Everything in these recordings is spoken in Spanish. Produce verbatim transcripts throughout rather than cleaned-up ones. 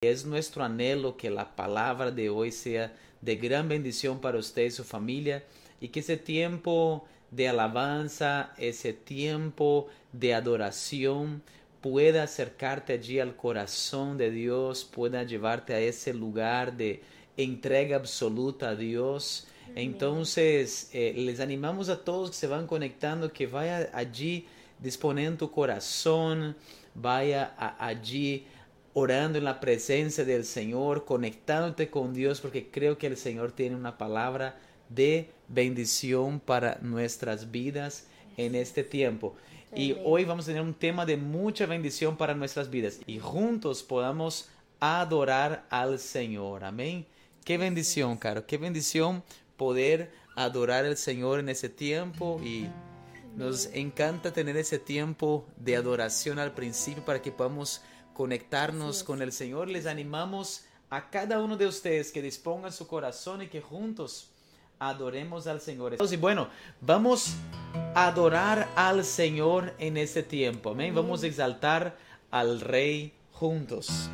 es nuestro anhelo que la palabra de hoy sea de gran bendición para usted y su familia, y que ese tiempo de alabanza, ese tiempo de adoración pueda acercarte allí al corazón de Dios, pueda llevarte a ese lugar de entrega absoluta a Dios. Entonces, eh, les animamos a todos que se van conectando, que vaya allí disponiendo tu corazón, vaya a, allí orando en la presencia del Señor, conectándote con Dios, porque creo que el Señor tiene una palabra de bendición para nuestras vidas en este tiempo. Y hoy vamos a tener un tema de mucha bendición para nuestras vidas, y juntos podamos adorar al Señor. Amén. Qué bendición, Caro, qué bendición poder adorar al Señor en ese tiempo, y nos encanta tener ese tiempo de adoración al principio para que podamos conectarnos con el Señor. Les animamos a cada uno de ustedes que dispongan su corazón y que juntos adoremos al Señor. Y bueno, vamos a adorar al Señor en este tiempo. Amén. Vamos a exaltar al Rey juntos.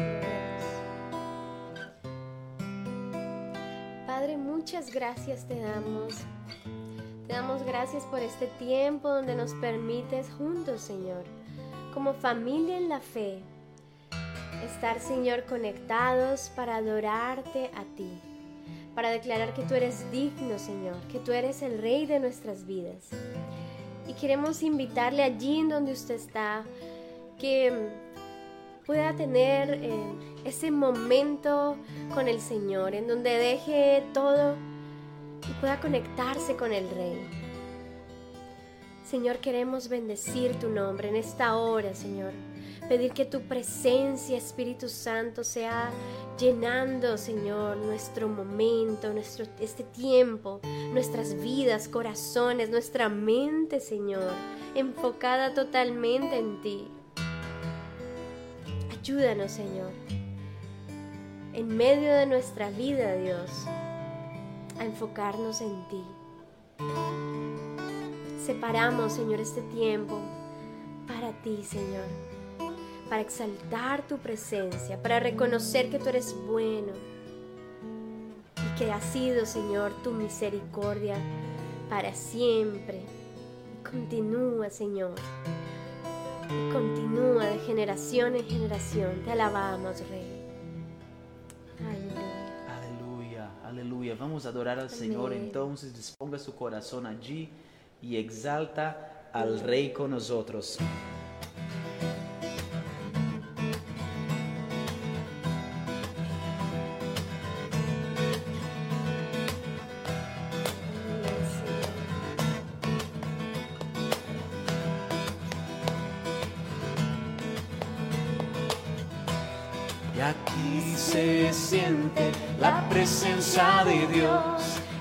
Padre, muchas gracias te damos. Te damos gracias por este tiempo donde nos permites juntos, Señor, como familia en la fe, estar, Señor, conectados para adorarte a ti, para declarar que tú eres digno, Señor, que tú eres el Rey de nuestras vidas. Y queremos invitarle allí en donde usted está, que pueda tener eh, ese momento con el Señor, en donde deje todo y pueda conectarse con el Rey. Señor, queremos bendecir tu nombre en esta hora, Señor. Pedir que tu presencia, Espíritu Santo, sea llenando, Señor, nuestro momento, nuestro, este tiempo, nuestras vidas, corazones, nuestra mente, Señor, enfocada totalmente en ti. Ayúdanos, Señor, en medio de nuestra vida, Dios, a enfocarnos en ti. Separamos, Señor, este tiempo para ti, Señor, para exaltar tu presencia, para reconocer que tú eres bueno y que ha sido, Señor, tu misericordia para siempre. Continúa, Señor, y continúa de generación en generación. Te alabamos, Rey. Aleluya, aleluya. Vamos a adorar al Señor. Entonces disponga su corazón allí y exalta al Rey con nosotros. Y aquí se siente la presencia de Dios.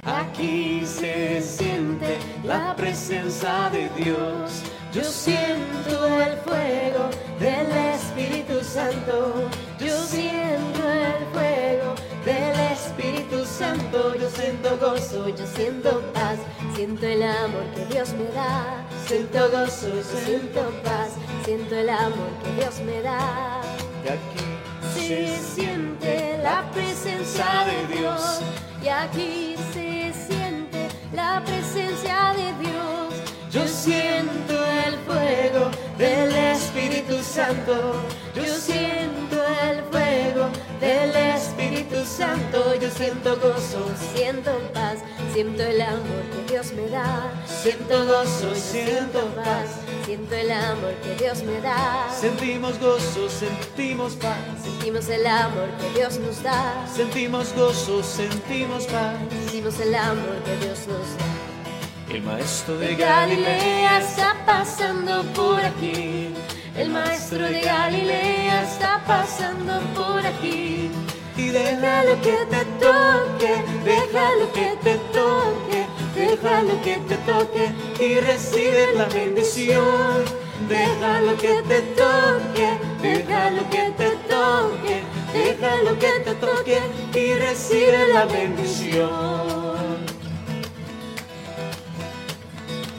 Aquí se siente la presencia de Dios. Yo siento el fuego del Espíritu Santo. Yo siento el fuego del Espíritu Santo. Yo siento gozo, yo siento paz. Siento el amor que Dios me da. Siento gozo, yo siento paz. Siento el amor que Dios me da. Y aquí se siente la presencia de Dios. Y aquí se siente la presencia de Dios. Yo siento el fuego del Espíritu Santo. Yo siento el fuego del Espíritu Santo. Yo siento gozo, siento paz. Siento el amor que Dios me da. Siento gozo, siento paz. Siento el amor que Dios me da. sentimos gozo, sentimos paz. Sentimos el amor que Dios nos da. Sentimos gozo, sentimos paz. Sentimos el amor que Dios nos da. El maestro De de Galilea Galilea está pasando por aquí. El maestro de Galilea está pasando por aquí. y Déjalo que te toque, déjalo que te toque, déjalo que te toque y recibe la bendición. Déjalo que te toque, déjalo que te toque, déjalo que te toque y recibe la bendición.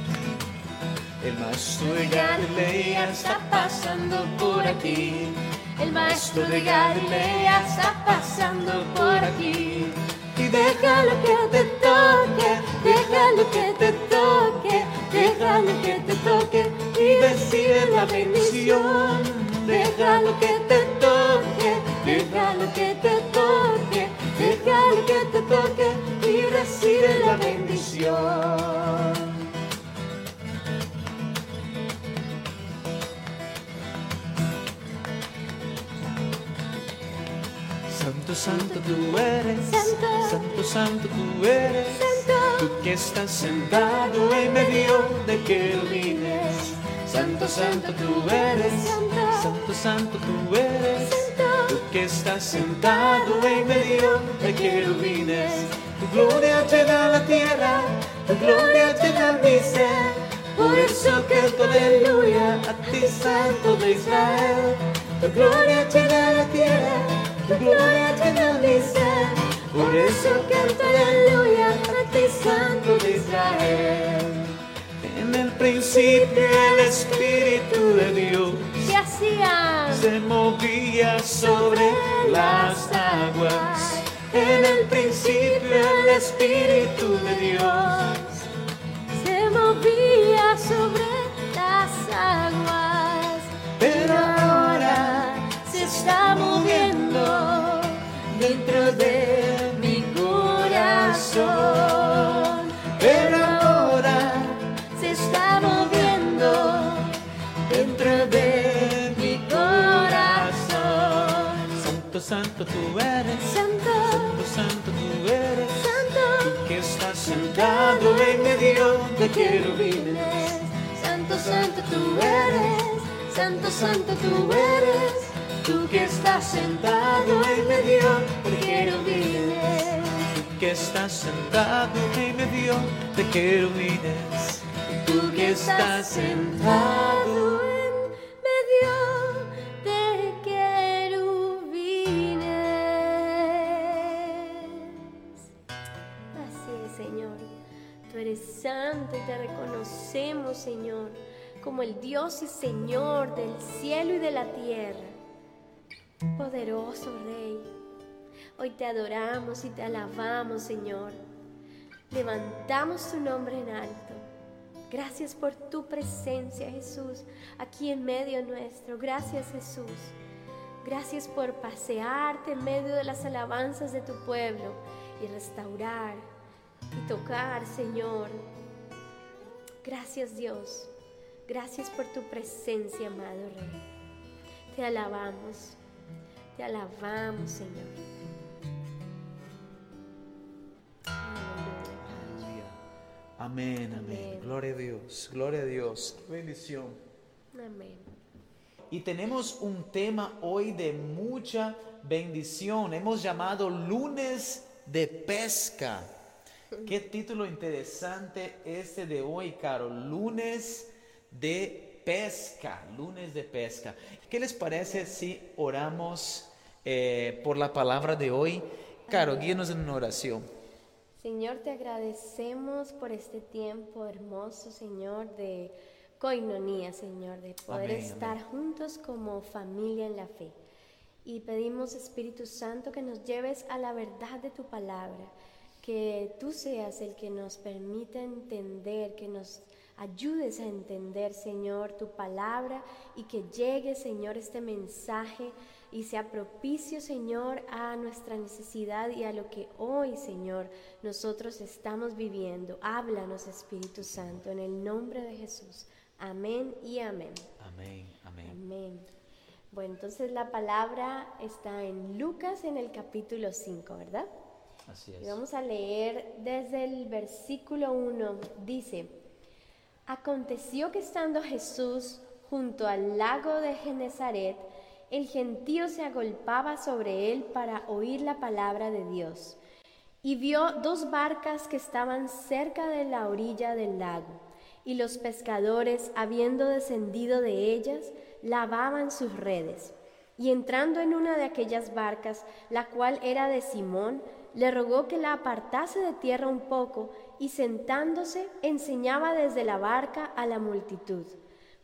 El maestro de Galilea está pasando por aquí. el maestro de Galilea está pasando por aquí. Y déjalo que te toque, déjalo que te toque, déjalo que te toque y recibe la bendición. Déjalo que te toque, déjalo que te toque, déjalo que te toque y recibe la bendición. Santo, santo tú eres, Santo, santo, santo tú eres, Santo, tú que estás sentado en medio de querubines. Santo, santo tú eres, Santo, santo, santo tú eres, Santo, tú que estás sentado en medio de querubines. Tu gloria llena la tierra, tu gloria llena mi ser. Por eso canto aleluya a ti, Santo de Israel. Tu gloria llena la tierra, tu gloria llena mi ser. Por eso canto aleluya a ti, Santo de Israel. En el principio el Espíritu de Dios ¿qué hacía? se movía sobre las aguas. En el principio el Espíritu de Dios Se movía sobre las aguas, pero ahora se está moviendo dentro de mi corazón. pero ahora Se está moviendo dentro de mi corazón. Santo, santo tú eres, Santo, santo, santo tú eres, Santo, tú que estás sentado en medio de querubines. Santo, Santo tú eres, Santo, Santo tú eres, Tú que estás sentado en medio de querubines, tú que estás sentado en medio de querubines, tú que estás sentado. en medio de querubines. Así es, Señor. Tú eres santo y te reconocemos, Señor, como el Dios y Señor del cielo y de la tierra. Poderoso Rey, hoy te adoramos y te alabamos, Señor. Levantamos tu nombre en alto. Gracias por tu presencia, Jesús, aquí en medio nuestro. Gracias, Jesús. Gracias por pasearte en medio de las alabanzas de tu pueblo y restaurar y tocar, Señor. Gracias, Dios. Gracias por tu presencia, amado Rey. Te alabamos. Te alabamos, Señor. Aleluya. Amén, amén. Amén. Gloria a Dios, gloria a Dios. Qué bendición. Amén. Y tenemos un tema hoy de mucha bendición. Hemos llamado Lunes de Pesca. Qué título interesante este de hoy, Caro. Lunes de pesca, lunes de pesca. ¿Qué les parece si oramos eh, por la palabra de hoy? Caro, guíenos en una oración. Señor, te agradecemos por este tiempo hermoso, Señor, de coinonía, Señor, de poder Amén, estar amén. juntos como familia en la fe. Y pedimos, Espíritu Santo, que nos lleves a la verdad de tu palabra, que tú seas el que nos permita entender, que nos ayudes a entender, Señor, tu palabra, y que llegue, Señor, este mensaje y sea propicio, Señor, a nuestra necesidad y a lo que hoy, Señor, nosotros estamos viviendo. Háblanos, Espíritu Santo, en el nombre de Jesús. Amén y amén. Amén, amén. Amén. Bueno, entonces la palabra está en Lucas en el capítulo cinco, ¿verdad? Así Y es. vamos a leer desde el versículo uno. Dice: Aconteció que estando Jesús junto al lago de Genezaret, el gentío se agolpaba sobre él para oír la palabra de Dios. Y vio dos barcas que estaban cerca de la orilla del lago, y los pescadores, habiendo descendido de ellas, lavaban sus redes. Y entrando en una de aquellas barcas, la cual era de Simón, le rogó que la apartase de tierra un poco, y sentándose enseñaba desde la barca a la multitud.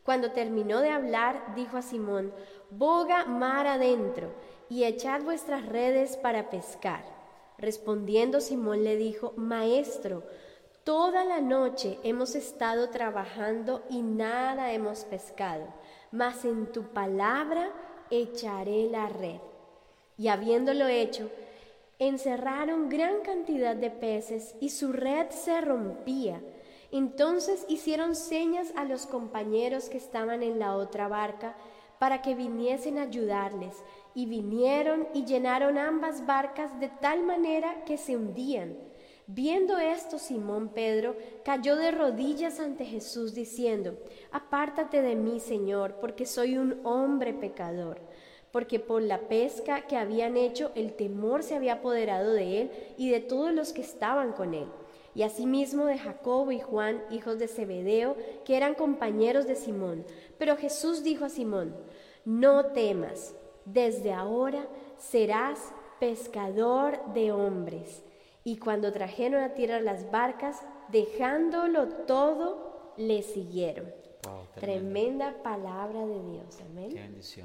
Cuando terminó de hablar, dijo a Simón: «Boga mar adentro y echad vuestras redes para pescar». Respondiendo Simón le dijo: «Maestro, toda la noche hemos estado trabajando y nada hemos pescado, mas en tu palabra echaré la red». Y habiéndolo hecho, encerraron gran cantidad de peces y su red se rompía. Entonces hicieron señas a los compañeros que estaban en la otra barca para que viniesen a ayudarles, y vinieron y llenaron ambas barcas de tal manera que se hundían. Viendo esto, Simón Pedro cayó de rodillas ante Jesús diciendo: «Apártate de mí, Señor, porque soy un hombre pecador». Porque por la pesca que habían hecho, el temor se había apoderado de él y de todos los que estaban con él. Y asimismo de Jacobo y Juan, hijos de Zebedeo, que eran compañeros de Simón. Pero Jesús dijo a Simón: «No temas, desde ahora serás pescador de hombres». Y cuando trajeron a tierra las barcas, dejándolo todo, le siguieron. Wow, tremenda palabra de Dios. Amén. Qué bendición.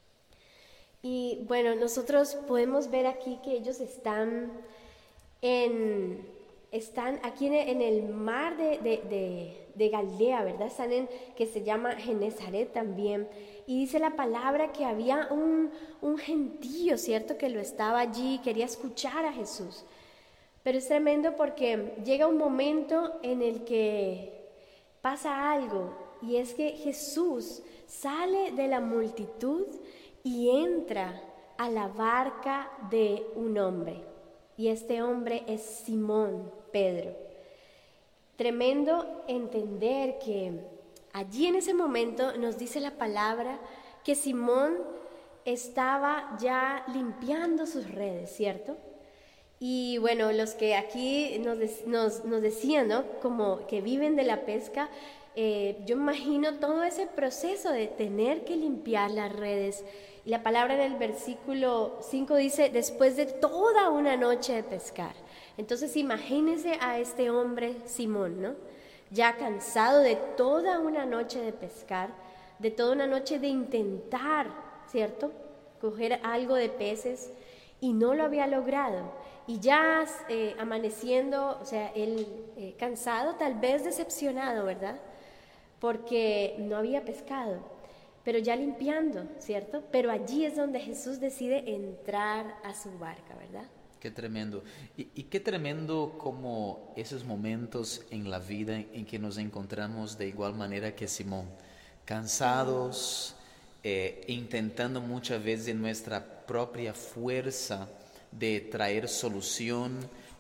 Y bueno, nosotros podemos ver aquí que ellos están en, están aquí en, en el mar de, de, de, de Galilea, ¿verdad? Están en, que se llama Genezaret también. Y dice la palabra que había un, un gentío, ¿cierto? Que lo estaba allí, quería escuchar a Jesús. Pero es tremendo porque llega un momento en el que pasa algo, y es que Jesús sale de la multitud y entra a la barca de un hombre, y este hombre es Simón Pedro. Tremendo entender que allí en ese momento nos dice la palabra que Simón estaba ya limpiando sus redes, ¿cierto? Y bueno, los que aquí nos, nos, nos decían, ¿no? Como que viven de la pesca, eh, yo imagino todo ese proceso de tener que limpiar las redes. Y la palabra en el versículo cinco dice: después de toda una noche de pescar. Entonces imagínense a este hombre Simón, ¿no? Ya cansado de toda una noche de pescar, de toda una noche de intentar, ¿cierto? Coger algo de peces, y no lo había logrado. Y ya eh, amaneciendo, o sea, él eh, cansado, tal vez decepcionado, ¿verdad? Porque no había pescado, pero ya limpiando, ¿cierto? Pero allí es donde Jesús decide entrar a su barca, ¿verdad? Qué tremendo. Y, y qué tremendo como esos momentos en la vida en que nos encontramos de igual manera que Simón, cansados, eh, intentando muchas veces en nuestra propia fuerza de traer solución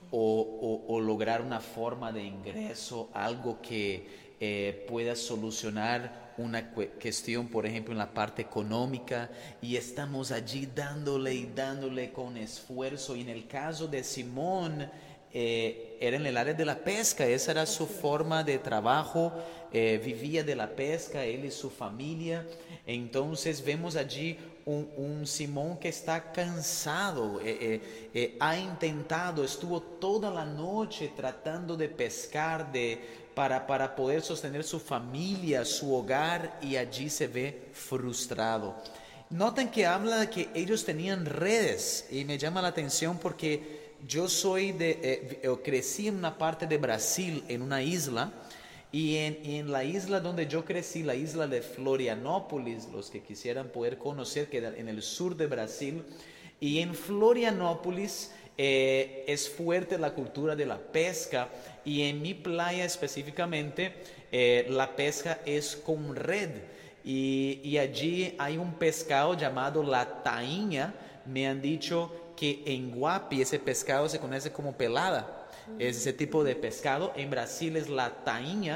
o, o, o lograr una forma de ingreso, algo que eh, pueda solucionar una cuestión, por ejemplo, en la parte económica, y estamos allí dándole y dándole con esfuerzo. Y en el caso de Simón, eh, era en el área de la pesca, esa era su forma de trabajo, eh, vivía de la pesca, él y su familia. Entonces vemos allí un, un Simón que está cansado, eh, eh, eh, ha intentado, estuvo toda la noche tratando de pescar, de Para, para poder sostener su familia, su hogar, y allí se ve frustrado. Noten que habla de que ellos tenían redes, y me llama la atención porque yo soy de, eh, yo crecí en una parte de Brasil, en una isla, y en, en la isla donde yo crecí, la isla de Florianópolis, los que quisieran poder conocer, queda en el sur de Brasil, y en Florianópolis eh, es fuerte la cultura de la pesca. Y en mi playa específicamente, eh, la pesca es con red. Y, y allí hay un pescado llamado la tainha. Me han dicho que en Guapi ese pescado se conoce como pelada. Es ese tipo de pescado. En Brasil es la tainha.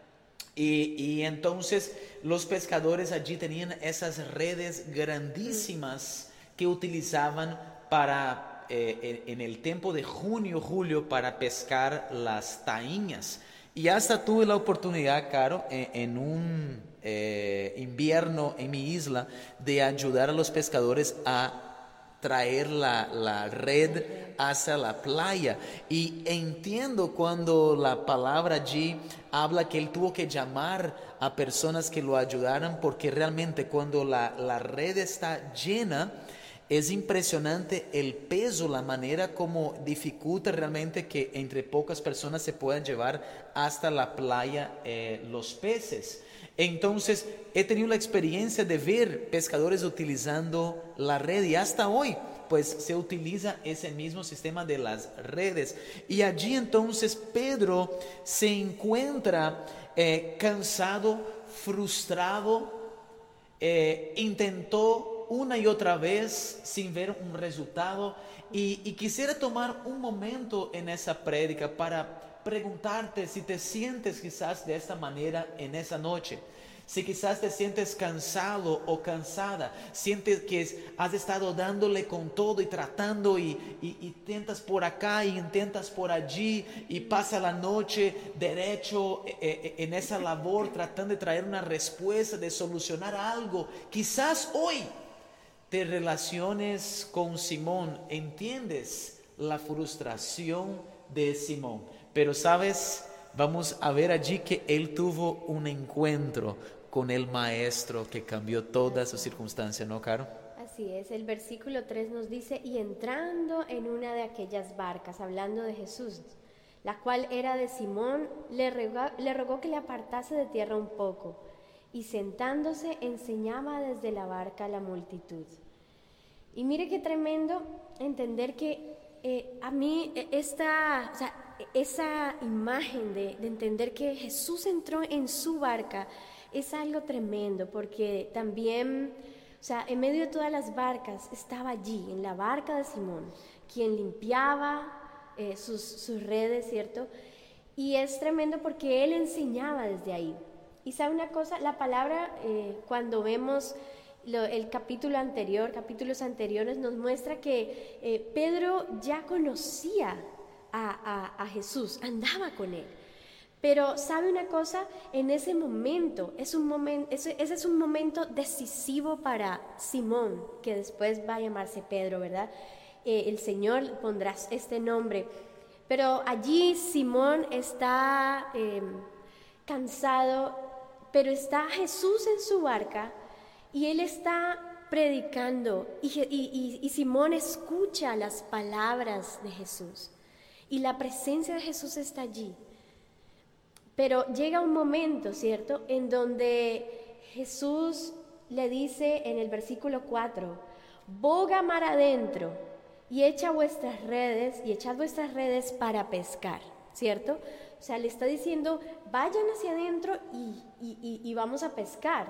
Y, y entonces los pescadores allí tenían esas redes grandísimas que utilizaban para... Eh, en, en el tiempo de junio, julio, para pescar las tainhas. Y hasta tuve la oportunidad, Caro, en, en un eh, invierno en mi isla, de ayudar a los pescadores a traer la, la red hacia la playa. Y entiendo cuando la palabra allí habla que él tuvo que llamar a personas que lo ayudaran, porque realmente cuando la, la red está llena, es impresionante el peso, la manera como dificulta realmente que entre pocas personas se puedan llevar hasta la playa eh, los peces. Entonces he tenido la experiencia de ver pescadores utilizando la red, y hasta hoy pues se utiliza ese mismo sistema de las redes. Y allí entonces Pedro se encuentra eh, cansado, frustrado, eh, intentó una y otra vez sin ver un resultado, y, y quisiera tomar un momento en esa prédica para preguntarte si te sientes quizás de esta manera en esa noche. Si quizás te sientes cansado o cansada, sientes que has estado dándole con todo y tratando y, y, y intentas por acá y intentas por allí y pasa la noche derecho eh, en esa labor tratando de traer una respuesta, de solucionar algo. Quizás hoy te relaciones con Simón, entiendes la frustración de Simón, pero sabes, vamos a ver allí que él tuvo un encuentro con el maestro que cambió toda su circunstancia, ¿no, Caro? Así es, el versículo tres nos dice, y entrando en una de aquellas barcas, hablando de Jesús, la cual era de Simón, le rogó, le rogó que le apartase de tierra un poco, y sentándose enseñaba desde la barca a la multitud. Y mire qué tremendo entender que eh, a mí esta, o sea, esa imagen de, de entender que Jesús entró en su barca es algo tremendo, porque también, o sea, en medio de todas las barcas estaba allí, en la barca de Simón, quien limpiaba eh, sus, sus redes, ¿cierto? Y es tremendo porque él enseñaba desde ahí. Y sabe una cosa, la palabra eh, cuando vemos lo, el capítulo anterior, capítulos anteriores, nos muestra que eh, Pedro ya conocía a, a, a Jesús, andaba con él. Pero sabe una cosa, en ese momento, es un momento ese, ese es un momento decisivo para Simón, que después va a llamarse Pedro, ¿verdad? Eh, el Señor pondrá este nombre. Pero allí Simón está eh, cansado, pero está Jesús en su barca y él está predicando y, y, y, y Simón escucha las palabras de Jesús y la presencia de Jesús está allí. Pero llega un momento, ¿cierto?, en donde Jesús le dice en el versículo cuatro, boga mar adentro y echa vuestras redes y echad vuestras redes para pescar, ¿cierto? O sea, le está diciendo, vayan hacia adentro y, y, y, y vamos a pescar.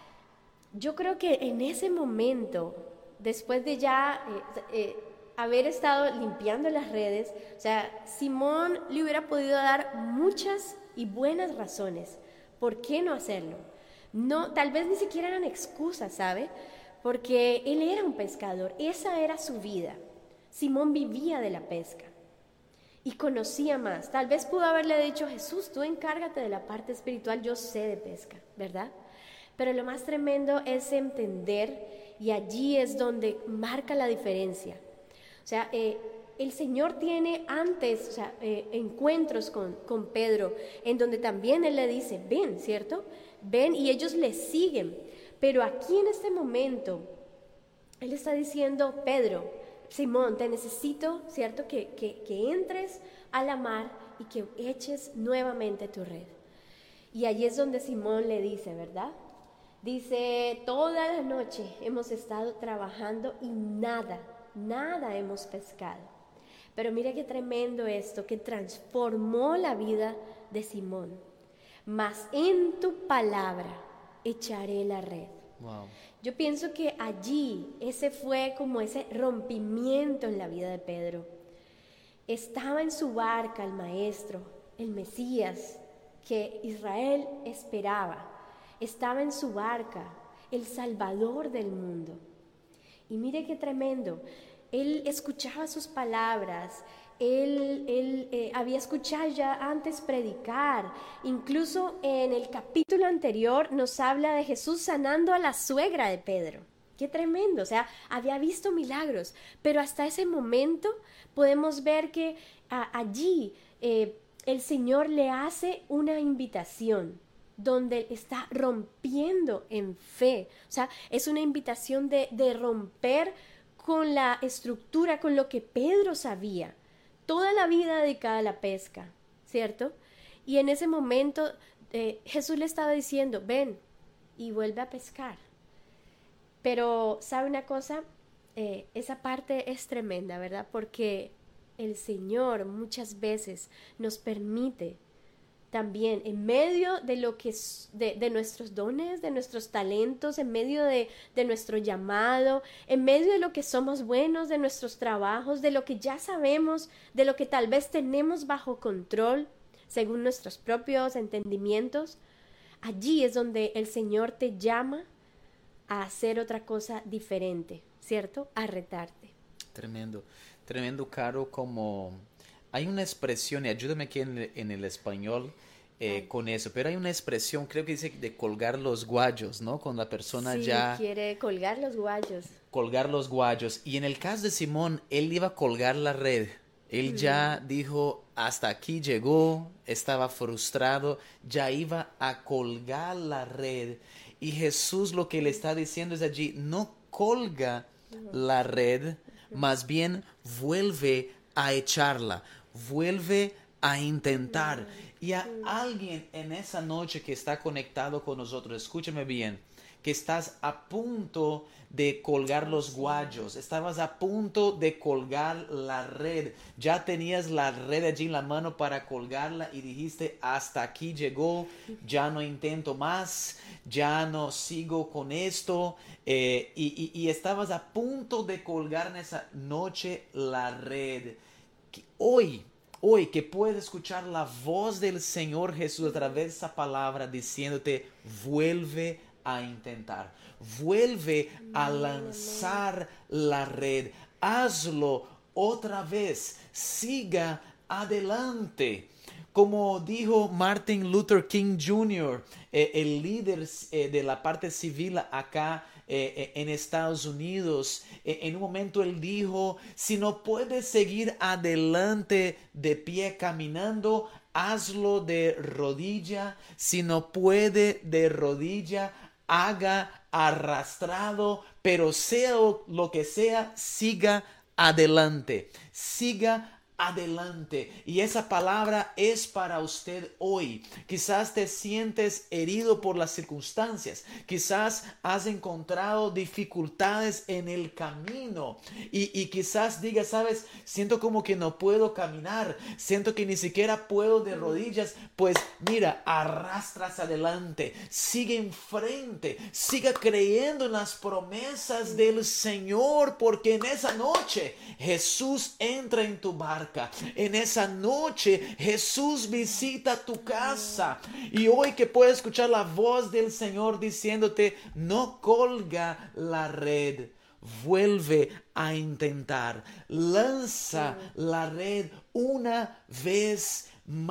Yo creo que en ese momento, después de ya eh, eh, haber estado limpiando las redes, o sea, Simón le hubiera podido dar muchas y buenas razones. ¿Por qué no hacerlo? No, tal vez ni siquiera eran excusas, ¿sabe? Porque él era un pescador, esa era su vida. Simón vivía de la pesca y conocía más. Tal vez pudo haberle dicho, Jesús, tú encárgate de la parte espiritual, yo sé de pesca, ¿verdad? Pero lo más tremendo es entender, y allí es donde marca la diferencia. O sea, eh, el Señor tiene antes, o sea, eh, encuentros con, con Pedro, en donde también Él le dice, ven, ¿cierto? Ven, y ellos le siguen. Pero aquí en este momento, Él está diciendo, Pedro, Simón, te necesito, ¿cierto? Que, que, que entres a la mar y que eches nuevamente tu red. Y allí es donde Simón le dice, ¿verdad? Dice, toda la noche hemos estado trabajando y nada, nada hemos pescado. Pero mira qué tremendo esto, que transformó la vida de Simón. Mas en tu palabra echaré la red. Wow. Yo pienso que allí ese fue como ese rompimiento en la vida de Pedro. Estaba en su barca el maestro, el Mesías, que Israel esperaba. Estaba en su barca, el Salvador del mundo. Y mire qué tremendo. Él escuchaba sus palabras, él, él eh, había escuchado ya antes predicar. Incluso en el capítulo anterior nos habla de Jesús sanando a la suegra de Pedro, qué tremendo, o sea, había visto milagros, pero hasta ese momento podemos ver que a, allí eh, el Señor le hace una invitación donde está rompiendo en fe, o sea, es una invitación de, de romper con la estructura, con lo que Pedro sabía, toda la vida dedicada a la pesca, ¿cierto? Y en ese momento eh, Jesús le estaba diciendo, ven y vuelve a pescar. Pero, ¿sabe una cosa? Eh, esa parte es tremenda, ¿verdad? Porque el Señor muchas veces nos permite también en medio de lo que es, de, de nuestros dones, de nuestros talentos, en medio de, de nuestro llamado, en medio de lo que somos buenos, de nuestros trabajos, de lo que ya sabemos, de lo que tal vez tenemos bajo control, según nuestros propios entendimientos, allí es donde el Señor te llama a hacer otra cosa diferente, ¿cierto? A retarte. Tremendo, tremendo, Caro, como hay una expresión, y ayúdame aquí en, en el español eh, con eso, pero hay una expresión, creo que dice de colgar los guayos, ¿no? Cuando la persona sí, ya... quiere colgar los guayos. Colgar los guayos. Y en el caso de Simón, él iba a colgar la red. Él mm. ya dijo, hasta aquí llegó, estaba frustrado, ya iba a colgar la red. Y Jesús lo que le está diciendo es allí, no colga la red, más bien vuelve a echarla, vuelve a intentar. Y a alguien en esa noche que está conectado con nosotros, escúchame bien, que estás a punto de colgar los guayos, estabas a punto de colgar la red, ya tenías la red allí en la mano para colgarla y dijiste, hasta aquí llegó, ya no intento más, ya no sigo con esto, eh, y, y, y estabas a punto de colgar en esa noche la red. Hoy, hoy que puedes escuchar la voz del Señor Jesús a través de esa palabra diciéndote, vuelve a intentar, vuelve a lanzar la red, hazlo otra vez, siga adelante. Como dijo Martin Luther King junior, eh, el líder eh, de la parte civil acá eh, en Estados Unidos, eh, en un momento él dijo, si no puedes seguir adelante de pie caminando, hazlo de rodilla, si no puede de rodilla, haga arrastrado, pero sea lo que sea, siga adelante, siga adelante. Y esa palabra es para usted hoy. Quizás te sientes herido por las circunstancias, quizás has encontrado dificultades en el camino y, y quizás digas, sabes, siento como que no puedo caminar, siento que ni siquiera puedo de rodillas. Pues mira, arrastras adelante, sigue enfrente, siga creyendo en las promesas del Señor, porque en esa noche Jesús entra en tu barca. En esa noche Jesús visita tu casa. Y hoy que puedes escuchar la voz del Señor diciéndote, no colga la red, vuelve a intentar, lanza la red una vez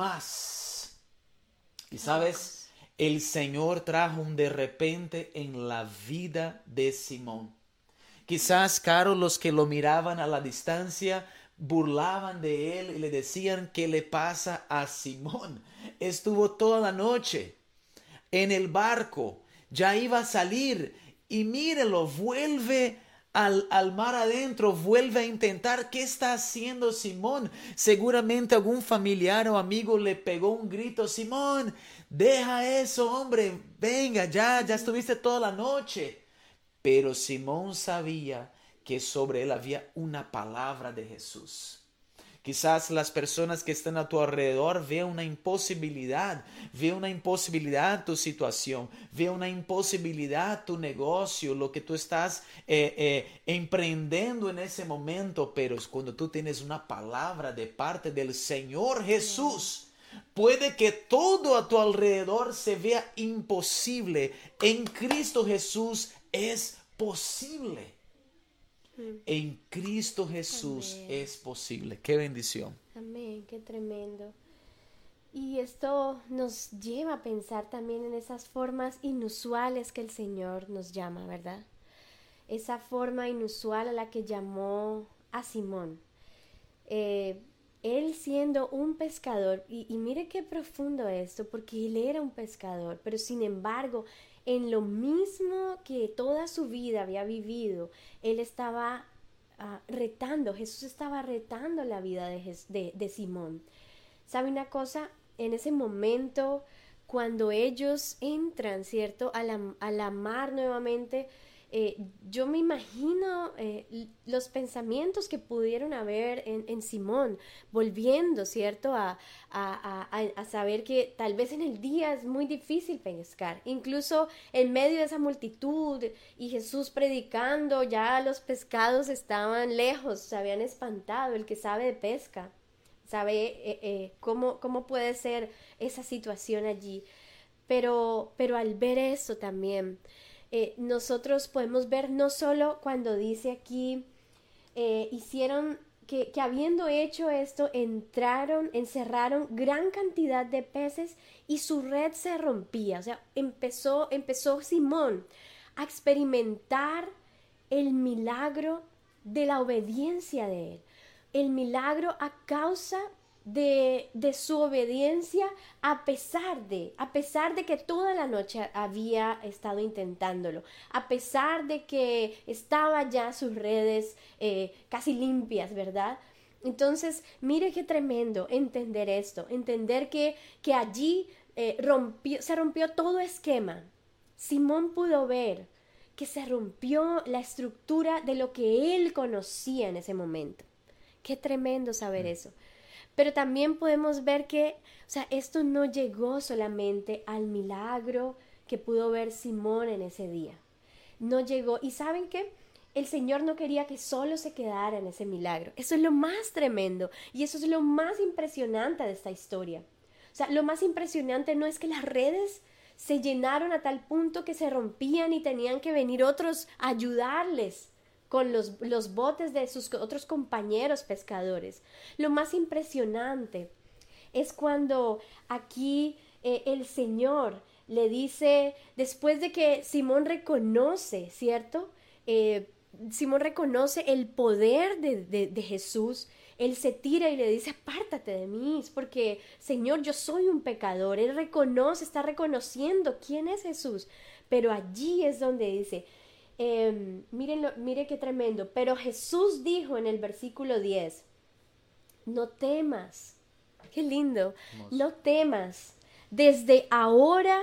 más. Y sabes, el Señor trajo un de repente en la vida de Simón. Quizás, Caro, los que lo miraban a la distancia burlaban de él y le decían, ¿qué le pasa a Simón? Estuvo toda la noche en el barco, ya iba a salir y mírelo, vuelve al, al mar adentro, vuelve a intentar. ¿Qué está haciendo Simón? Seguramente algún familiar o amigo le pegó un grito, Simón, deja eso, hombre, venga, ya, ya estuviste toda la noche. Pero Simón sabía que sobre él había una palabra de Jesús. Quizás las personas que están a tu alrededor vean una imposibilidad, vean una imposibilidad tu situación, vean una imposibilidad tu negocio, lo que tú estás eh, eh, emprendiendo en ese momento, pero es cuando tú tienes una palabra de parte del Señor Jesús. Puede que todo a tu alrededor se vea imposible. En Cristo Jesús es posible. En Cristo Jesús Amén. Es posible. Qué bendición. Amén, qué tremendo. Y esto nos lleva a pensar también en esas formas inusuales que el Señor nos llama, ¿verdad? esa forma inusual a la que llamó a Simón. Eh, él siendo un pescador, y, y mire qué profundo esto, porque él era un pescador, pero sin embargo, en lo mismo que toda su vida había vivido, él estaba uh, retando, Jesús estaba retando la vida de, de, de Simón. ¿Sabe una cosa? En ese momento, cuando ellos entran, ¿cierto?, a la, a la mar nuevamente, eh, yo me imagino eh, los pensamientos que pudieron haber en, en Simón, volviendo, ¿cierto?, a, a, a, a saber que tal vez en el día es muy difícil pescar, incluso en medio de esa multitud y Jesús predicando, ya los pescados estaban lejos, se habían espantado. El que sabe de pesca sabe eh, eh, cómo, cómo puede ser esa situación allí, pero, pero al ver eso también, eh, nosotros podemos ver no solo cuando dice aquí, eh, hicieron, que, que habiendo hecho esto, entraron, encerraron gran cantidad de peces y su red se rompía, o sea, empezó, empezó Simón a experimentar el milagro de la obediencia de él. El milagro a causa de, de su obediencia, a pesar de, a pesar de que toda la noche había estado intentándolo, a pesar de que estaba ya sus redes eh, casi limpias, ¿verdad? Entonces, mire qué tremendo entender esto, entender que, que allí eh, rompió, se rompió todo esquema. Simón pudo ver que se rompió la estructura de lo que él conocía en ese momento. Qué tremendo saber eso. Pero también podemos ver que, o sea, esto no llegó solamente al milagro que pudo ver Simón en ese día. No llegó. ¿Y saben qué? El Señor no quería que solo se quedara en ese milagro. Eso es lo más tremendo y eso es lo más impresionante de esta historia. O sea, lo más impresionante no es que las redes se llenaron a tal punto que se rompían y tenían que venir otros a ayudarles con los, los botes de sus otros compañeros pescadores. Lo más impresionante es cuando aquí eh, el Señor le dice, después de que Simón reconoce, ¿cierto? Eh, Simón reconoce el poder de, de, de Jesús, él se tira y le dice, apártate de mí, porque Señor, yo soy un pecador. Él reconoce, está reconociendo quién es Jesús, pero allí es donde dice, Eh, mírenlo, mire qué tremendo. Pero Jesús dijo en el versículo diez, no temas, qué lindo, Hermoso. No temas, desde ahora,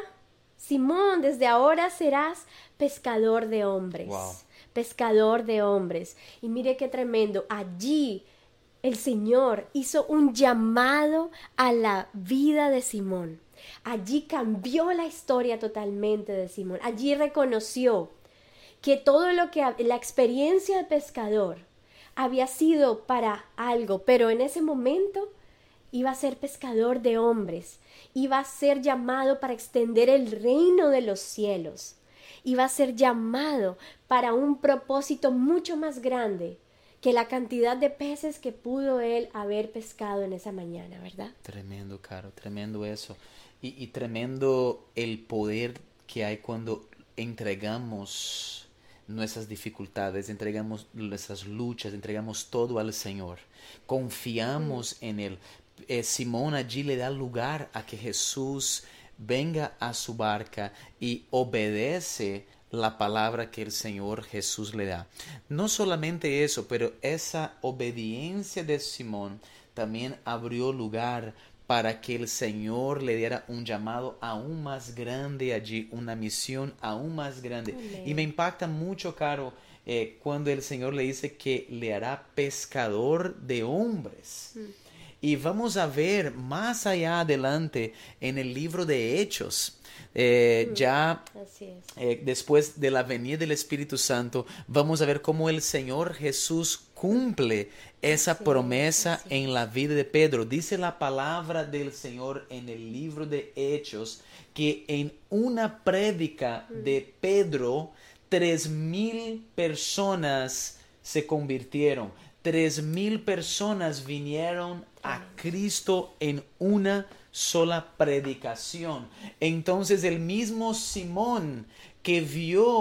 Simón, desde ahora serás pescador de hombres, wow. pescador de hombres. Y mire qué tremendo, allí el Señor hizo un llamado a la vida de Simón. Allí cambió la historia totalmente de Simón, allí reconoció que todo lo que la experiencia de pescador había sido para algo, pero en ese momento iba a ser pescador de hombres, iba a ser llamado para extender el reino de los cielos, iba a ser llamado para un propósito mucho más grande que la cantidad de peces que pudo él haber pescado en esa mañana, ¿verdad? Tremendo, Caro, tremendo eso. Y, y tremendo el poder que hay cuando entregamos nuestras dificultades, entregamos nuestras luchas, entregamos todo al Señor, confiamos mm. en Él. Eh, Simón allí le da lugar a que Jesús venga a su barca y obedece la palabra que el Señor Jesús le da. No solamente eso, pero esa obediencia de Simón también abrió lugar para que el Señor le diera un llamado aún más grande allí, una misión aún más grande. Amén. Y me impacta mucho, Caro, eh, cuando el Señor le dice que le hará pescador de hombres. Mm. Y vamos a ver más allá adelante en el libro de Hechos, eh, mm. ya eh, después de la venida del Espíritu Santo, vamos a ver cómo el Señor Jesús cumple esa sí, promesa sí. en la vida de Pedro. Dice la palabra del Señor en el libro de Hechos que en una prédica mm. de Pedro, tres mil personas se convirtieron. Tres mil personas vinieron a Cristo en una sola predicación. Entonces el mismo Simón que vio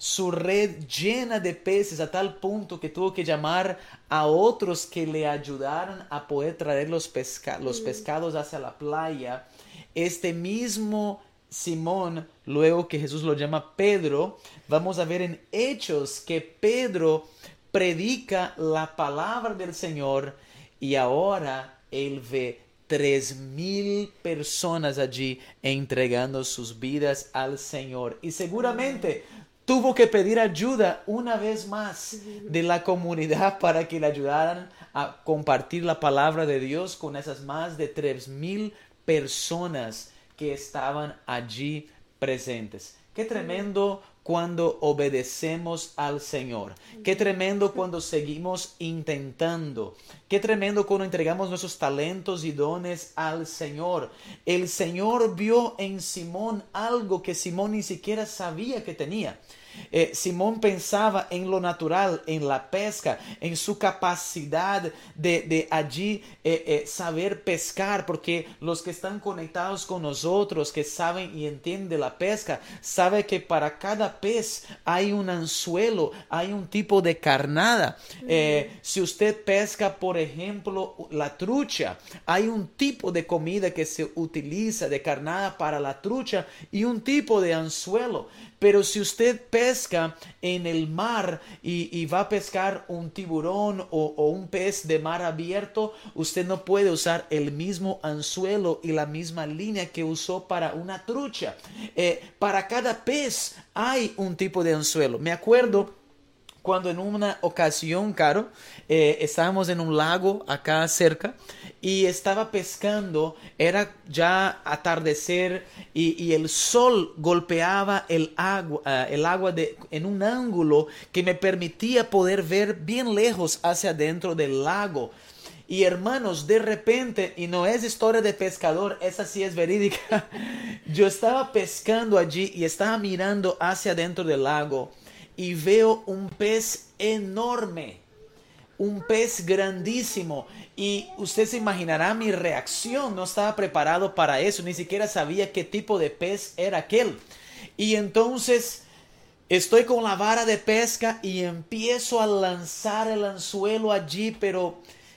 su red llena de peces a tal punto que tuvo que llamar a otros que le ayudaran a poder traer los, pesca los pescados hacia la playa. Este mismo Simón, luego que Jesús lo llama Pedro, vamos a ver en Hechos que Pedro predica la palabra del Señor y ahora él ve tres mil personas allí entregando sus vidas al Señor. Y seguramente tuvo que pedir ayuda una vez más de la comunidad para que le ayudaran a compartir la palabra de Dios con esas más de tres mil personas que estaban allí presentes. Qué tremendo cuando obedecemos al Señor. Qué tremendo cuando seguimos intentando. Qué tremendo cuando entregamos nuestros talentos y dones al Señor. El Señor vio en Simón algo que Simón ni siquiera sabía que tenía. Eh, Simón pensaba en lo natural, en la pesca, en su capacidad de, de allí eh, eh, saber pescar, porque los que están conectados con nosotros, que saben y entienden la pesca, saben que para cada pez hay un anzuelo, hay un tipo de carnada. Mm. Eh, si usted pesca, por ejemplo, la trucha, hay un tipo de comida que se utiliza de carnada para la trucha y un tipo de anzuelo. Pero si usted pesca en el mar y, y va a pescar un tiburón o, o un pez de mar abierto, usted no puede usar el mismo anzuelo y la misma línea que usó para una trucha. Eh, para cada pez hay un tipo de anzuelo. Me acuerdo cuando en una ocasión, Caro, eh, estábamos en un lago acá cerca y estaba pescando, era ya atardecer y, y el sol golpeaba el agua, uh, el agua de, en un ángulo que me permitía poder ver bien lejos hacia adentro del lago. Y hermanos, de repente, y no es historia de pescador, esa sí es verídica, yo estaba pescando allí y estaba mirando hacia adentro del lago y veo un pez enorme, un pez grandísimo. Y usted se imaginará mi reacción, no estaba preparado para eso, ni siquiera sabía qué tipo de pez era aquel. Y entonces estoy con la vara de pesca y empiezo a lanzar el anzuelo allí, pero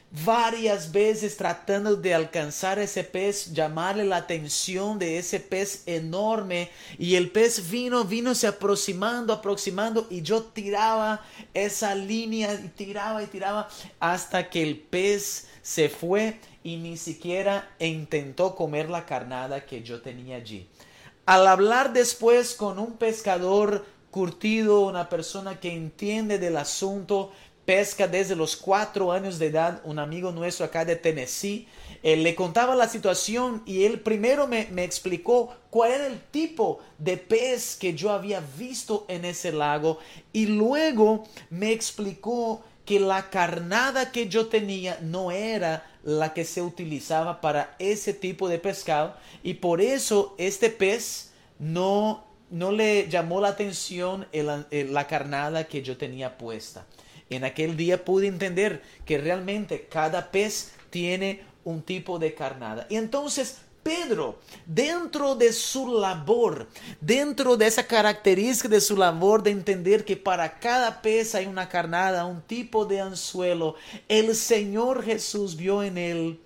varias veces tratando de alcanzar ese pez, llamarle la atención de ese pez enorme, y el pez vino, vino se aproximando, aproximando, y yo tiraba esa línea y tiraba y tiraba hasta que el pez se fue y ni siquiera intentó comer la carnada que yo tenía allí. Al hablar después con un pescador curtido, una persona que entiende del asunto, pesca desde los cuatro años de edad, un amigo nuestro acá de Tennessee, eh, le contaba la situación y él primero me, me explicó cuál era el tipo de pez que yo había visto en ese lago, y luego me explicó que la carnada que yo tenía no era la que se utilizaba para ese tipo de pescado, y por eso este pez no, no le llamó la atención el, el, la carnada que yo tenía puesta. En aquel día pude entender que realmente cada pez tiene un tipo de carnada. Y entonces Pedro, dentro de su labor, dentro de esa característica de su labor de entender que para cada pez hay una carnada, un tipo de anzuelo, el Señor Jesús vio en él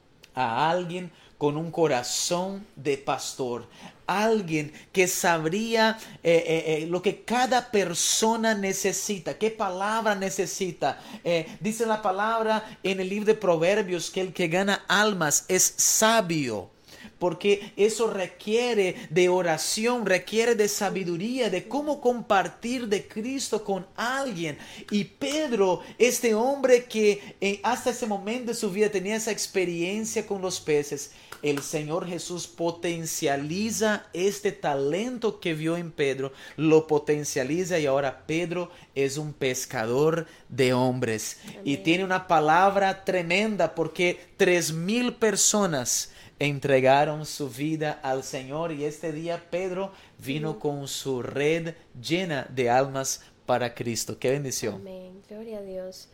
a alguien con un corazón de pastor, alguien que sabría eh, eh, eh, lo que cada persona necesita, qué palabra necesita. Eh, dice la palabra en el libro de Proverbios que el que gana almas es sabio, porque eso requiere de oración, requiere de sabiduría, de cómo compartir de Cristo con alguien. Y Pedro, este hombre que eh, hasta ese momento de su vida tenía esa experiencia con los peces, el Señor Jesús potencializa este talento que vio en Pedro, lo potencializa, y ahora Pedro es un pescador de hombres. Amén. Y tiene una palabra tremenda, porque tres mil personas entregaron su vida al Señor, y este día Pedro vino sí. con su red llena de almas para Cristo. ¡Qué bendición! Amén, gloria a Dios.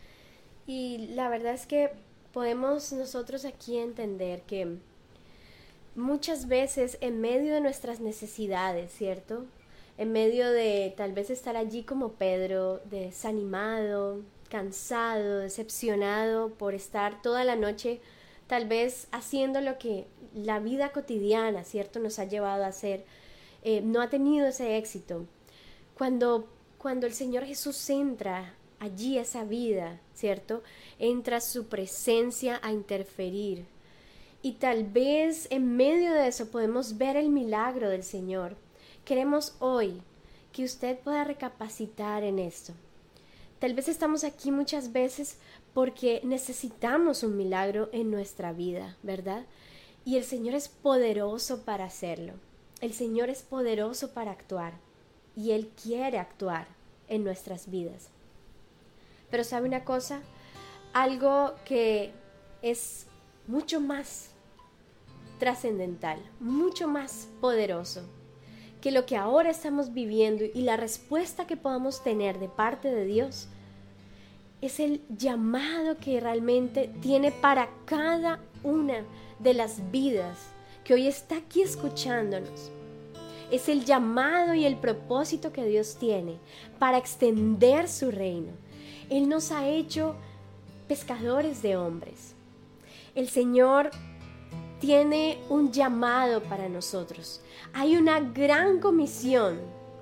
Y la verdad es que podemos nosotros aquí entender que muchas veces en medio de nuestras necesidades, ¿cierto? en medio de tal vez estar allí como Pedro, desanimado, cansado, decepcionado por estar toda la noche tal vez haciendo lo que la vida cotidiana, ¿cierto?, nos ha llevado a hacer, eh, no ha tenido ese éxito. Cuando, cuando el Señor Jesús entra allí a esa vida, ¿cierto?, entra su presencia a interferir. Y tal vez en medio de eso podemos ver el milagro del Señor. Queremos hoy que usted pueda recapacitar en esto. Tal vez estamos aquí muchas veces porque necesitamos un milagro en nuestra vida, ¿verdad? Y el Señor es poderoso para hacerlo. El Señor es poderoso para actuar. Y Él quiere actuar en nuestras vidas. Pero ¿sabe una cosa? Algo que es mucho más trascendental, mucho más poderoso que lo que ahora estamos viviendo y la respuesta que podamos tener de parte de Dios es el llamado que realmente tiene para cada una de las vidas que hoy está aquí escuchándonos. Es el llamado y el propósito que Dios tiene para extender su reino. Él nos ha hecho pescadores de hombres. El Señor tiene un llamado para nosotros. Hay una gran comisión.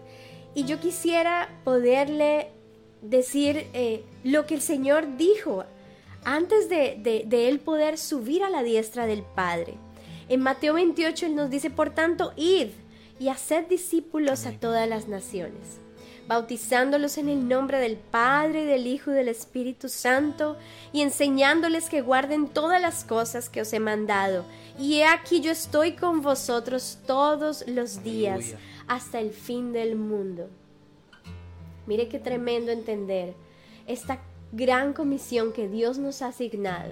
Y yo quisiera poderle decir eh, lo que el Señor dijo antes de, de, de Él poder subir a la diestra del Padre. En Mateo veintiocho Él nos dice, por tanto, id y haced discípulos a todas las naciones, bautizándolos en el nombre del Padre, y del Hijo y del Espíritu Santo, y enseñándoles que guarden todas las cosas que os he mandado. Y he aquí yo estoy con vosotros todos los días, aleluya, hasta el fin del mundo. Mire qué tremendo entender esta gran comisión que Dios nos ha asignado.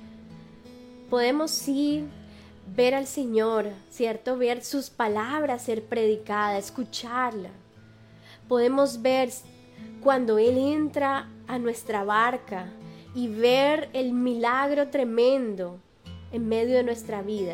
Podemos sí ver al Señor, ¿cierto? Ver sus palabras ser predicadas, escucharla. Podemos ver cuando Él entra a nuestra barca y ver el milagro tremendo en medio de nuestra vida.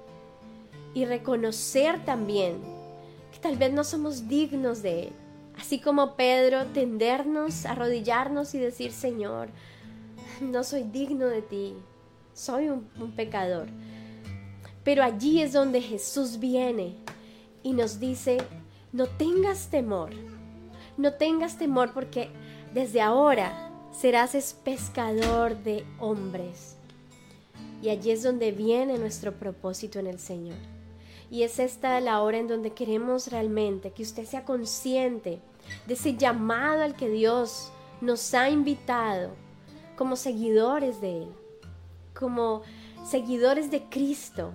Y reconocer también que tal vez no somos dignos de Él. Así como Pedro, tendernos, arrodillarnos y decir, Señor, no soy digno de ti, soy un, un pecador. Pero allí es donde Jesús viene y nos dice, no tengas temor, no tengas temor porque desde ahora serás pescador de hombres. Y allí es donde viene nuestro propósito en el Señor. Y es esta la hora en donde queremos realmente que usted sea consciente de ese llamado al que Dios nos ha invitado como seguidores de Él, como seguidores de Cristo,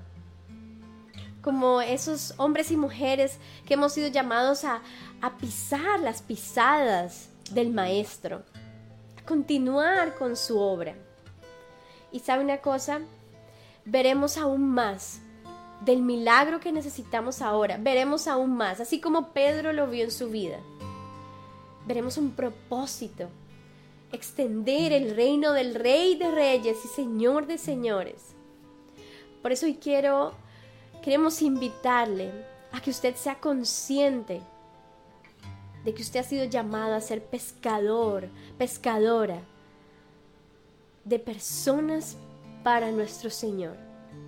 como esos hombres y mujeres que hemos sido llamados a, a pisar las pisadas del Maestro, a continuar con su obra. Y ¿sabe una cosa? Veremos aún más del milagro que necesitamos ahora, veremos aún más, así como Pedro lo vio en su vida. Veremos un propósito, extender el reino del Rey de Reyes y Señor de Señores. Por eso hoy quiero, queremos invitarle a que usted sea consciente de que usted ha sido llamado a ser pescador, pescadora de personas para nuestro Señor.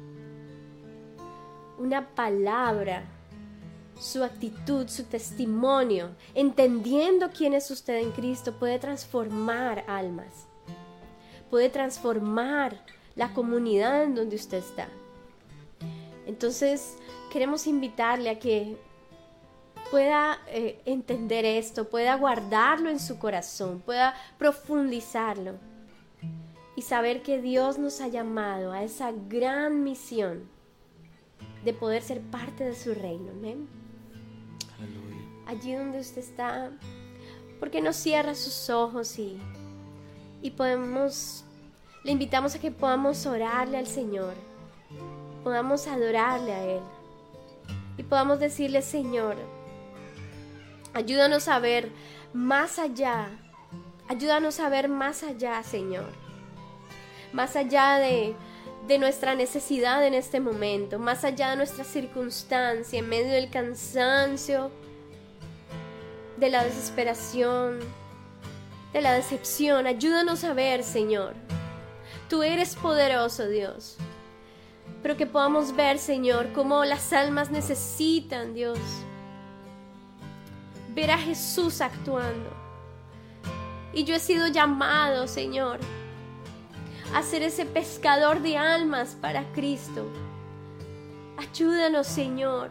Una palabra, su actitud, su testimonio, entendiendo quién es usted en Cristo, puede transformar almas, puede transformar la comunidad en donde usted está. Entonces, queremos invitarle a que pueda eh, entender esto, pueda guardarlo en su corazón, pueda profundizarlo y saber que Dios nos ha llamado a esa gran misión de poder ser parte de su reino. Amén. Aleluya. Allí donde usted está, ¿por qué no cierra sus ojos y, y podemos, le invitamos a que podamos orarle al Señor, podamos adorarle a Él y podamos decirle, Señor, ayúdanos a ver más allá, ayúdanos a ver más allá, Señor, más allá de de nuestra necesidad en este momento, más allá de nuestra circunstancia, en medio del cansancio, de la desesperación, de la decepción. Ayúdanos a ver, Señor. Tú eres poderoso, Dios. Pero que podamos ver, Señor, cómo las almas necesitan, Dios, ver a Jesús actuando. Y yo he sido llamado, Señor, a ser ese pescador de almas para Cristo. Ayúdanos, Señor,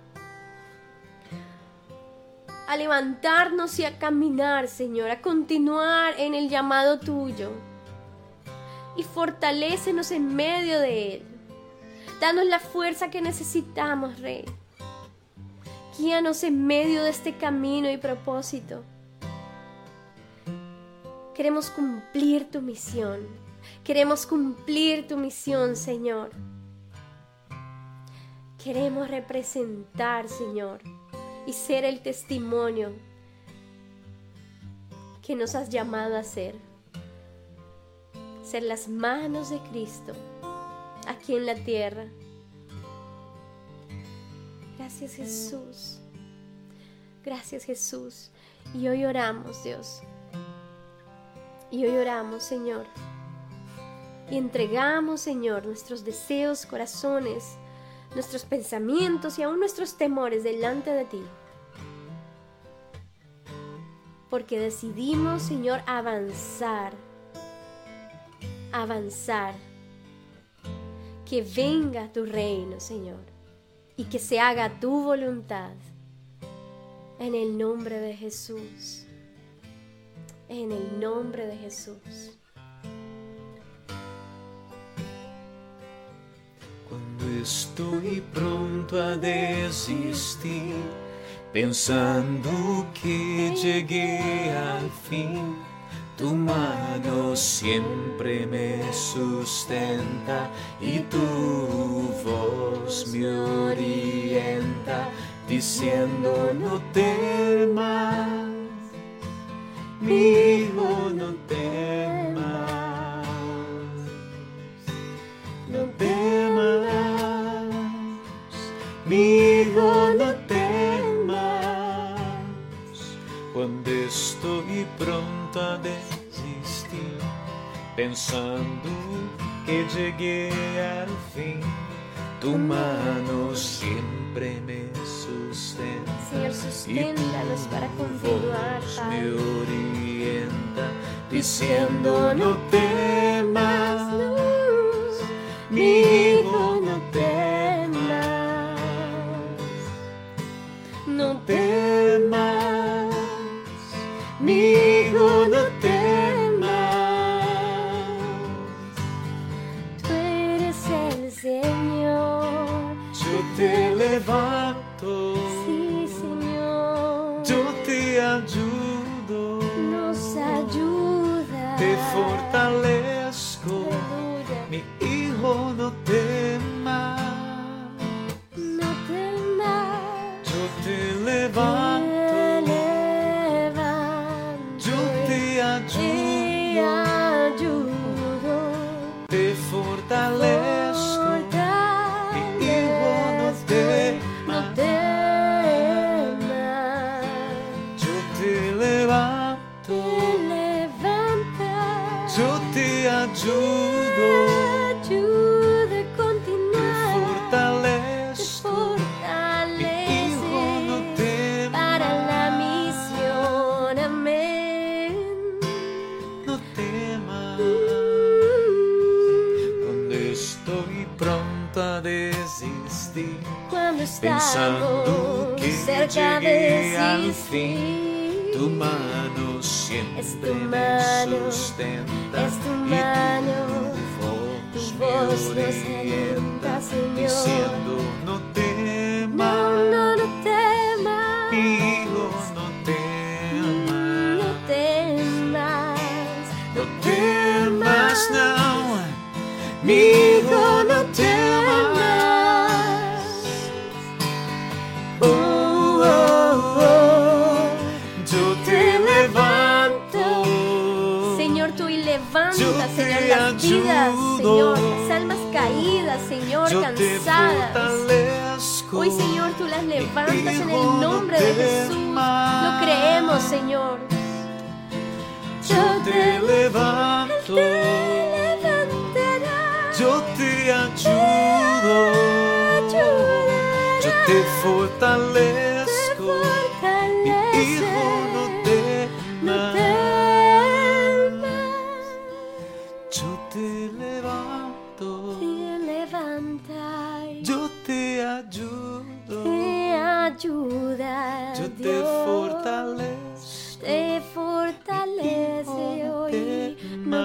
a levantarnos y a caminar, Señor, a continuar en el llamado tuyo. Y fortalécenos en medio de él. Danos la fuerza que necesitamos, Rey. Guíanos en medio de este camino y propósito. Queremos cumplir tu misión. Queremos cumplir tu misión, Señor. Queremos representar, Señor, y ser el testimonio que nos has llamado a ser. Ser las manos de Cristo aquí en la tierra. Gracias, Jesús. Gracias, Jesús. Y hoy oramos, Dios. Y hoy oramos, Señor. Y entregamos, Señor, nuestros deseos, corazones, nuestros pensamientos y aún nuestros temores delante de ti. Porque decidimos, Señor, avanzar. Avanzar. Que venga tu reino, Señor, y que se haga tu voluntad. En el nombre de Jesús. En el nombre de Jesús. Cuando estoy pronto a desistir, pensando que llegué al fin, tu mano siempre me sustenta y tu voz me orienta, diciendo no temas, mi hijo, no temas, no temas, mi hijo, no temas, cuando estoy pronto a desistir, pensando que llegué al fin, tu mano siempre me sustenta. Señor, susténtanos para continuar, me orienta, diciendo no temas, mi hijo, no temas, no temas, mi hijo, no temas. Tú eres el Señor. Yo te levanto. Sí, Señor. Yo te ayudo. Nos ayuda. Te fortalezco. Aleluya. Mi hijo, no temas. No temas. Yo te levanto. Te levanto. Yo te ayudo. Te ayudo. Te fortalezco. Mi hijo, no temas. No temas. Yo te levanto. Te levantas. Yo te ayudo. Ayuda a Te continuar. fortalezco. Mi hijo, no temas. Para la misión, amén. No temas. Cuando estoy pronto a desistir, Cuando pensando estamos que cerca llegué al de fin, tu mano siempre Es tu me mano, sustenta. es tu y mano, tu voz, tu me voz nos orienta, alienta, Señor. diciendo no temas, No, no, no temas. hijo, no temas, No temas. no temas, no, mi hijo, no temas. Oh, oh, oh, yo te levanto. Señor, tú y levanta, Yo Señor, te las vidas, ayudo. Señor, las almas caídas, Señor, Yo te cansadas. fortalezco. Hoy, Señor, tú las levantas en hijo, el nombre no de Jesús. temas. Lo creemos, Señor. Yo te levanto, Te levantará, yo te ayudo, yo te fortalezco, mi hijo no temas. Yo te levanto, Te levanta, yo te ayudo, te ayuda, yo te Dios. fortalezco, Te fortalece hoy, no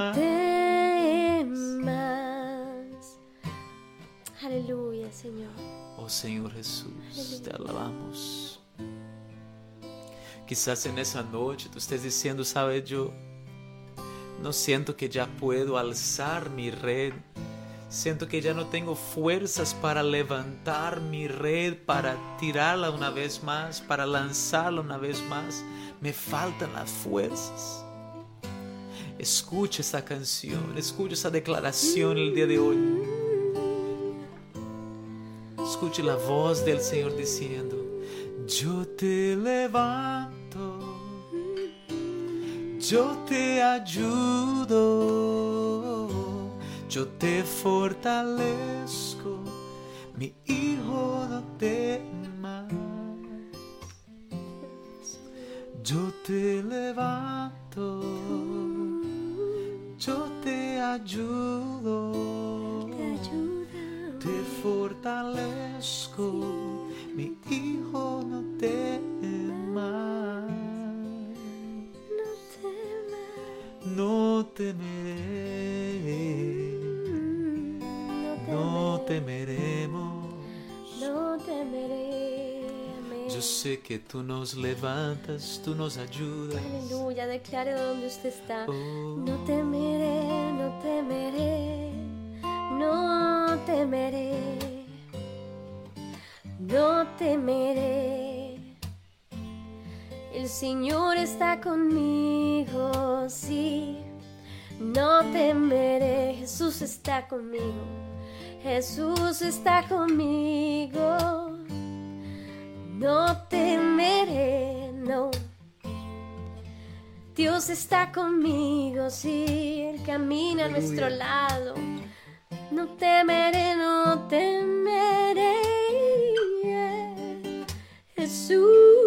temas. Aleluya, Señor. oh Señor Jesús, te alabamos. Quizás en esa noche tú estés diciendo, sabes, yo no siento que ya puedo alzar mi red. Siento que ya no tengo fuerzas para levantar mi red, para tirarla una vez más, para lanzarla una vez más. Me faltan las fuerzas. Escucha esta canción, escucha esta declaración el día de hoy. Escuche la voz del Señor diciendo, yo te levanto, yo te ayudo, yo te fortalezco, mi hijo no temas. Yo te levanto, yo te ayudo, Te ayuda, te fortalezco, mi hijo no temas. no temas, No temeré, no temeremos. no temeré. Amén. Yo sé que tú nos levantas, tú nos ayudas. Aleluya, declare donde usted está. Oh. No temeré, no temeré, no temeré, no temeré. El Señor está conmigo, sí. No temeré, Jesús está conmigo. Jesús está conmigo. No temeré, no. Dios está conmigo, sí, Él camina a nuestro lado. No temeré, no temeré, Jesús.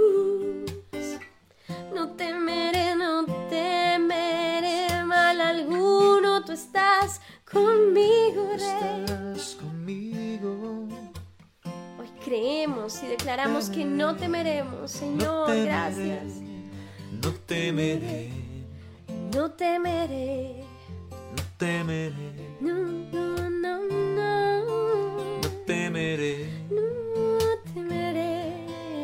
No temeré, no temeré mal alguno, tú estás conmigo, Rey. Estás conmigo. Hoy creemos y declaramos que no temeremos, Señor, temeré, gracias. No temeré, No temeré, no temeré, no, no, no, no, no temeré. no temeré.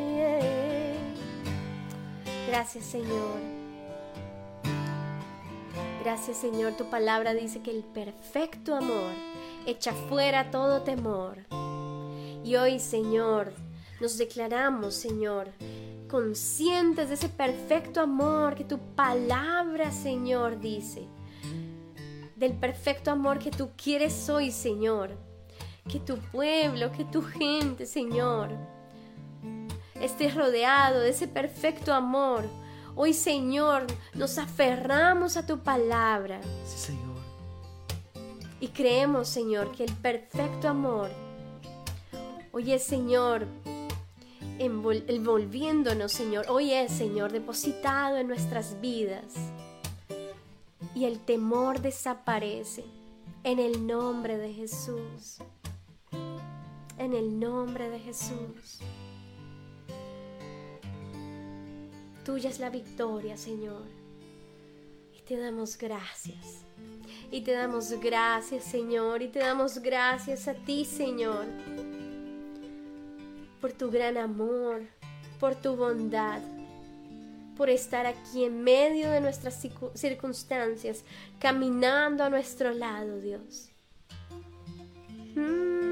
Gracias, Señor. Gracias, Señor. Tu palabra dice que el perfecto amor echa fuera todo temor. Y hoy, Señor, nos declaramos, Señor, conscientes de ese perfecto amor que tu palabra, Señor, dice. Del perfecto amor que tú quieres hoy, Señor. Que tu pueblo, que tu gente, Señor, esté rodeado de ese perfecto amor. Hoy, Señor, nos aferramos a tu palabra. Sí, Señor. Y creemos, Señor, que el perfecto amor hoy es, Señor, envol- envolviéndonos, Señor. Hoy es, Señor, depositado en nuestras vidas. Y el temor desaparece en el nombre de Jesús. En el nombre de Jesús. Tuya es la victoria, Señor. Y te damos gracias. Y te damos gracias, Señor. Y te damos gracias a ti, Señor. Por tu gran amor, por tu bondad, por estar aquí en medio de nuestras circunstancias, caminando a nuestro lado, Dios. Mm.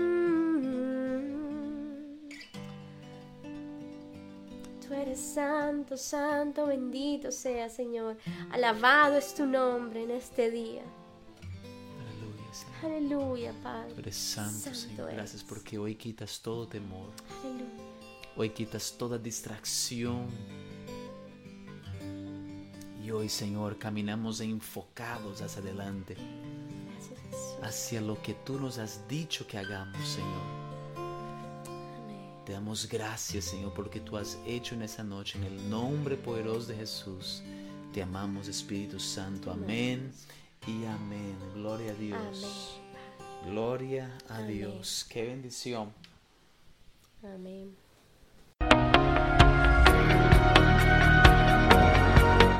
Tú eres santo, santo, bendito sea, Señor. Alabado es tu nombre en este día. Aleluya, Señor. Aleluya, Padre. Tú eres santo, Santo Señor. eres. Gracias porque hoy quitas todo temor. Aleluya. Hoy quitas toda distracción. Y hoy, Señor, caminamos enfocados hacia adelante, Gracias, Jesús. hacia lo que tú nos has dicho que hagamos, Señor. Amén. Te damos gracias, Señor, porque tú has hecho en esa noche, en el nombre poderoso de Jesús. Te amamos, Espíritu Santo. Amén y amén. Gloria a Dios. Amén. Gloria a Amén. Dios. Qué bendición. Amén.